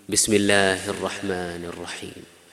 بسم الله الرحمن الرحيم.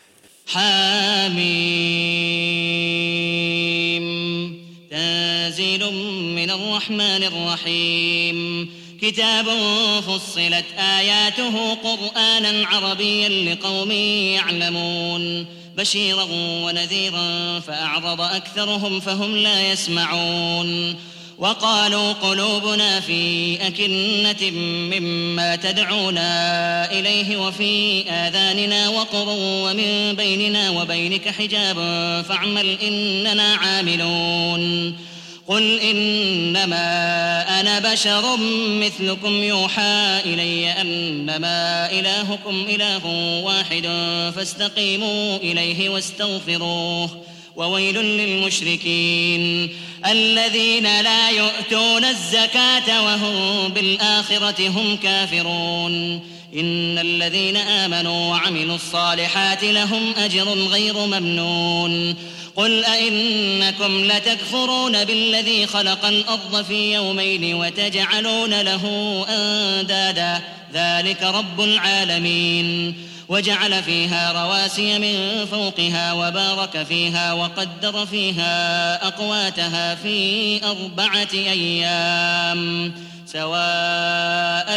حميم. تنزيل من الرحمن الرحيم. كتاب فصلت آياته قرآنا عربيا لقوم يعلمون بشيرا ونذيرا فأعرض أكثرهم فهم لا يسمعون. وقالوا قلوبنا في أكنة مما تدعونا إليه وفي آذاننا وقر ومن بيننا وبينك حجاب فاعمل إننا عاملون. قل إنما أنا بشر مثلكم يوحى إلي أنما إلهكم إله واحد فاستقيموا إليه واستغفروه. وويل للمشركين الذين لا يؤتون الزكاة وهم بالآخرة هم كافرون. إن الذين آمنوا وعملوا الصالحات لهم أجر غير ممنون. قل أئنكم لتكفرون بالذي خلق الأرض في يومين وتجعلون له أندادا ذلك رب العالمين. وجعل فيها رواسي من فوقها وبارك فيها وقدر فيها أقواتها في 4 أيام سواء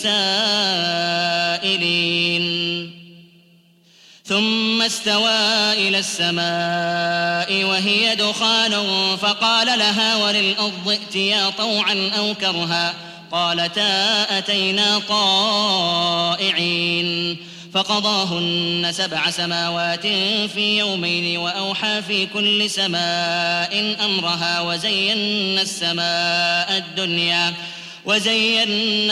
للسائلين. ثم استوى إلى السماء وهي دخان فقال لها وللأرض ائتيا طوعا أو كرها قالتا أتينا طائعين. فقضاهن 7 سماوات في يومين وأوحى في كل سماء أمرها وزينا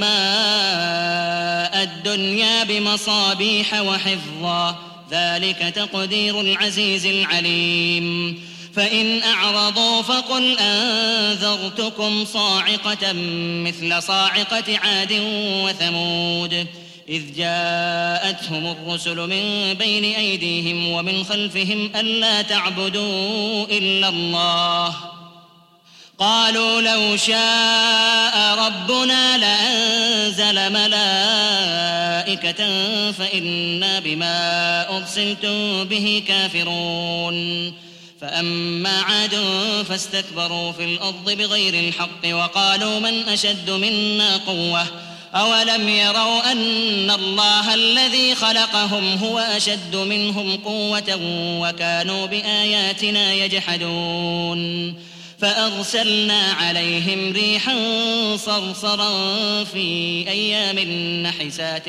السماء الدنيا بمصابيح وحفظا ذلك تقدير العزيز العليم. فإن أعرضوا فقل أنذرتكم صاعقة مثل صاعقة عاد وثمود إذ جاءتهم الرسل من بين أيديهم ومن خلفهم ألا تعبدوا إلا الله قالوا لو شاء ربنا لأنزل ملائكة فإنا بما أرسلتم به كافرون. فأما عاد فاستكبروا في الأرض بغير الحق وقالوا من أشد منا قوة أولم يروا أن الله الذي خلقهم هو أشد منهم قوة وكانوا بآياتنا يجحدون. فأرسلنا عليهم ريحا صرصرا في أيام نحسات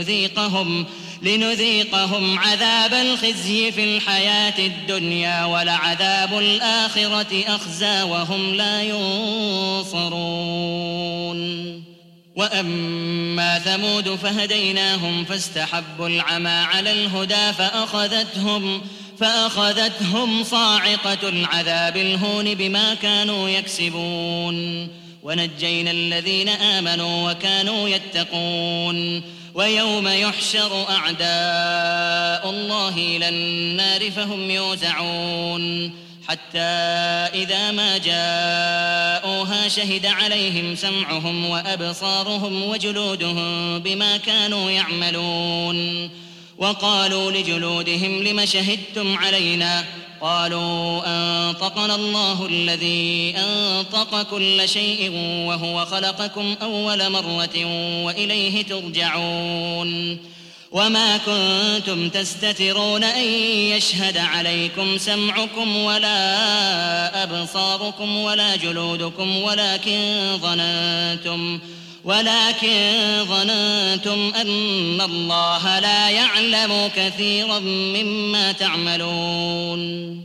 لنذيقهم عذاب الخزي في الحياة الدنيا ولعذاب الآخرة أخزى وهم لا ينصرون. وأما ثمود فهديناهم فاستحبوا العمى على الهدى فأخذتهم صاعقة العذاب الهون بما كانوا يكسبون. ونجينا الذين آمنوا وكانوا يتقون. ويوم يحشر أعداء الله إلى النار فهم يوزعون حتى إذا ما جاءوها شهد عليهم سمعهم وأبصارهم وجلودهم بما كانوا يعملون. وقالوا لجلودهم لم شهدتم علينا قالوا أنطقنا الله الذي أنطق كل شيء وهو خلقكم أول مرة وإليه ترجعون. وما كنتم تستترون أن يشهد عليكم سمعكم ولا أبصاركم ولا جلودكم ولكن ظننتم أن الله لا يعلم كثيرا مما تعملون.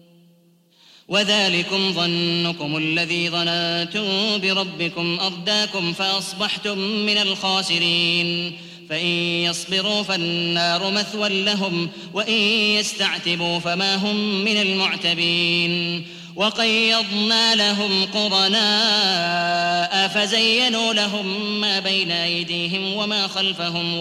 وذلكم ظنكم الذي ظننتم بربكم أرداكم فأصبحتم من الخاسرين. فإن يصبروا فالنار مثوى لهم وإن يستعتبوا فما هم من المعتبين. وقيضنا لهم قرناء فزينوا لهم ما بين أيديهم وما خلفهم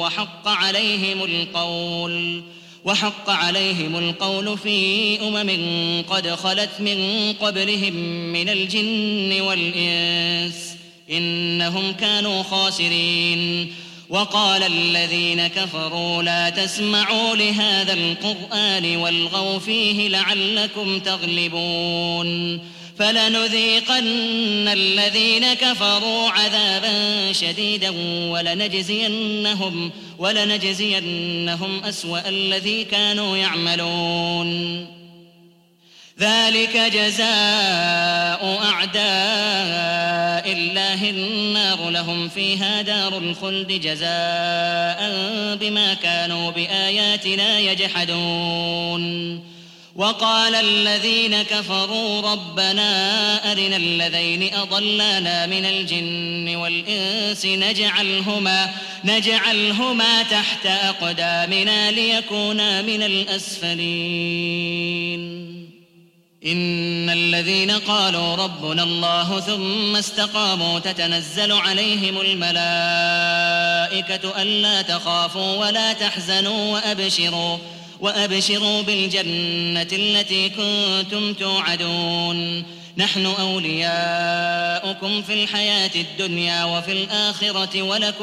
وحق عليهم القول في قد خلت من قبلهم من الجن والإنس إنهم كانوا خاسرين. وقال الذين كفروا لا تسمعوا لهذا القرآن والغوا فيه لعلكم تغلبون فلنذيقن الذين كفروا عذابا شديدا ولنجزينهم أسوأ الذي كانوا يعملون ذلك جزاء أعداء الله النار لهم فيها دار الخلد جزاء بما كانوا بآياتنا يجحدون وقال الذين كفروا ربنا أرنا الذين أضلانا من الجن والإنس نجعلهما تحت أقدامنا ليكونا من الأسفلين إن الذين قالوا ربنا الله ثم استقاموا تتنزل عليهم الملائكة ألا تخافوا ولا تحزنوا وأبشروا بالجنة التي كنتم توعدون نحن أولياؤكم في الحياة الدنيا وفي الآخرة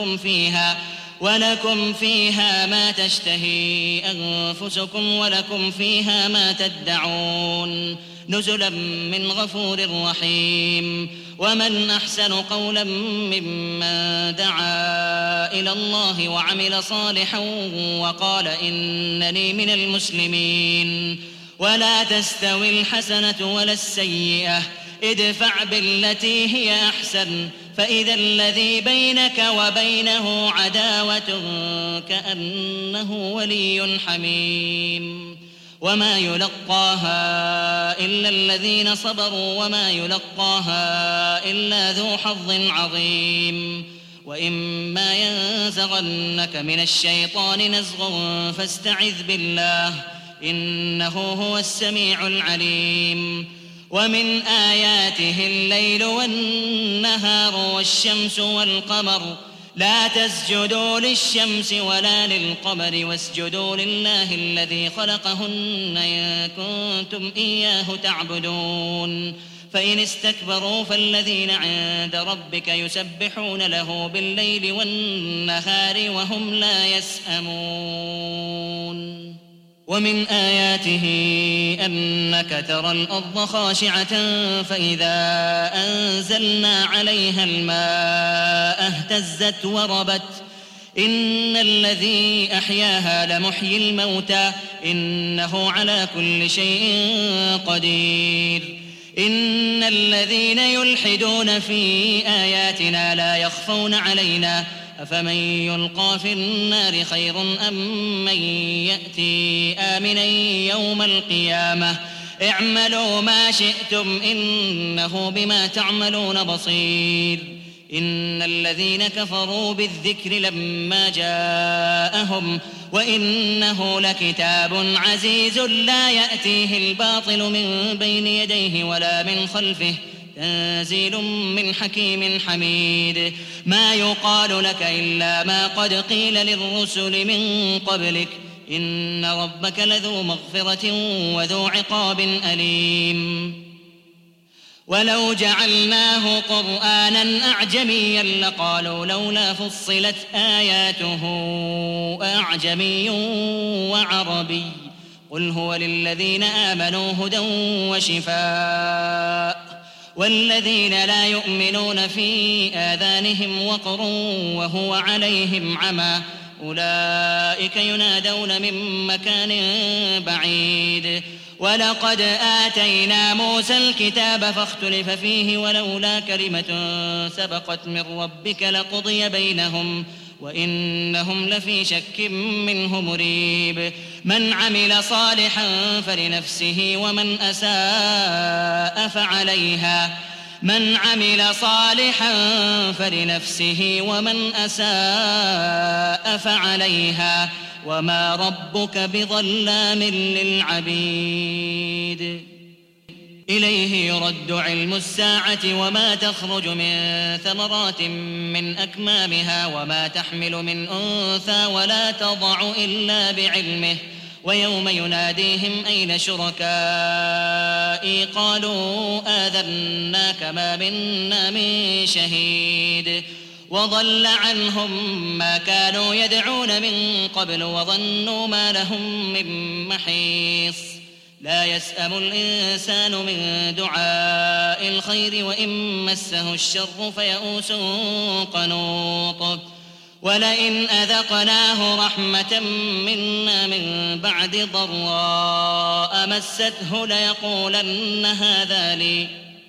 ولكم فيها ما تشتهي أنفسكم ولكم فيها ما تدعون نزلا من غفور رحيم ومن أحسن قولا ممن دعا إلى الله وعمل صالحا وقال إنني من المسلمين ولا تستوي الحسنة ولا السيئة ادفع بالتي هي أحسن فإذا الذي بينك وبينه عداوة كأنه ولي حميم وما يلقاها إلا الذين صبروا وما يلقاها إلا ذو حظ عظيم وإما ينزغنك من الشيطان نزغ فاستعذ بالله إنه هو السميع العليم ومن آياته الليل والنهار والشمس والقمر لا تسجدوا للشمس ولا للقمر واسجدوا لله الذي خلقهن إن كنتم إياه تعبدون فإن استكبروا فالذين عند ربك يسبحون له بالليل والنهار وهم لا يسأمون ومن آياته أنك ترى الأرض خاشعة فإذا أنزلنا عليها الماء اهتزت وربت إن الذي أحياها لمحيي الموتى إنه على كل شيء قدير إن الذين يلحدون في آياتنا لا يخفون علينا أفمن يلقى في النار خير أم من يأتي آمنا يوم القيامة اعملوا ما شئتم إنه بما تعملون بصير إن الذين كفروا بالذكر لما جاءهم وإنه لكتاب عزيز لا يأتيه الباطل من بين يديه ولا من خلفه تنزيل من حكيم حميد ما يقال لك إلا ما قد قيل للرسل من قبلك إن ربك لذو مغفرة وذو عقاب أليم ولو جعلناه قرآنا أعجميا لقالوا لولا فصلت آياته أعجمي وعربي قل هو للذين آمنوا هدى وشفاء والذين لا يؤمنون في آذانهم وقر وهو عليهم عمى أولئك ينادون من مكان بعيد ولقد آتينا موسى الكتاب فاختلف فيه ولولا كلمة سبقت من ربك لقضي بينهم وإنهم لفي شك منه مريب من عمل صالحا فلنفسه ومن أساء فعليها وما ربك بظلام للعبيد إليه يرد علم الساعة وما تخرج من ثمرات من أكمامها وما تحمل من أنثى ولا تضع إلا بعلمه ويوم يناديهم أين شركائي قالوا آذناك ما منا من شهيد وضل عنهم ما كانوا يدعون من قبل وظنوا ما لهم من محيص لا يسأم الإنسان من دعاء الخير وإن مسه الشر فيئوس قنوط ولئن أذقناه رحمة منا من بعد ضراء مسته ليقولن هذا لي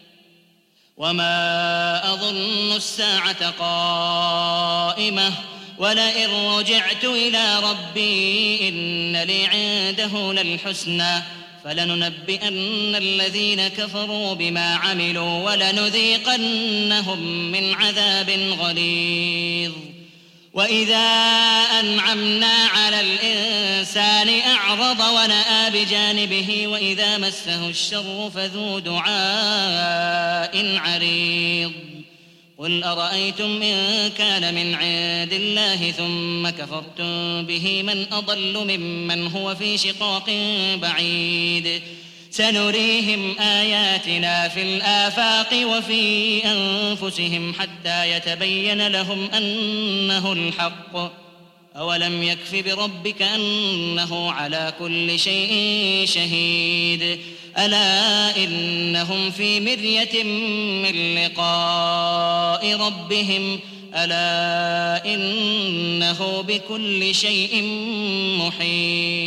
وما أظن الساعة قائمة ولئن رجعت إلى ربي إن لي عنده للحسنى فلننبئن الذين كفروا بما عملوا ولنذيقنهم من عذاب غليظ وإذا أنعمنا على الإنسان أعرض ونأى بجانبه وإذا مسه الشر فذو دعاء عريض قل أرأيتم إن كان من عند الله ثم كفرتم به من أضل ممن هو في شقاق بعيد سنريهم آياتنا في الآفاق وفي أنفسهم حتى يتبين لهم أنه الحق أولم يكف بربك أنه على كل شيء شهيد ألا إنهم في مرية من لقاء ربهم ألا إنه بكل شيء محيط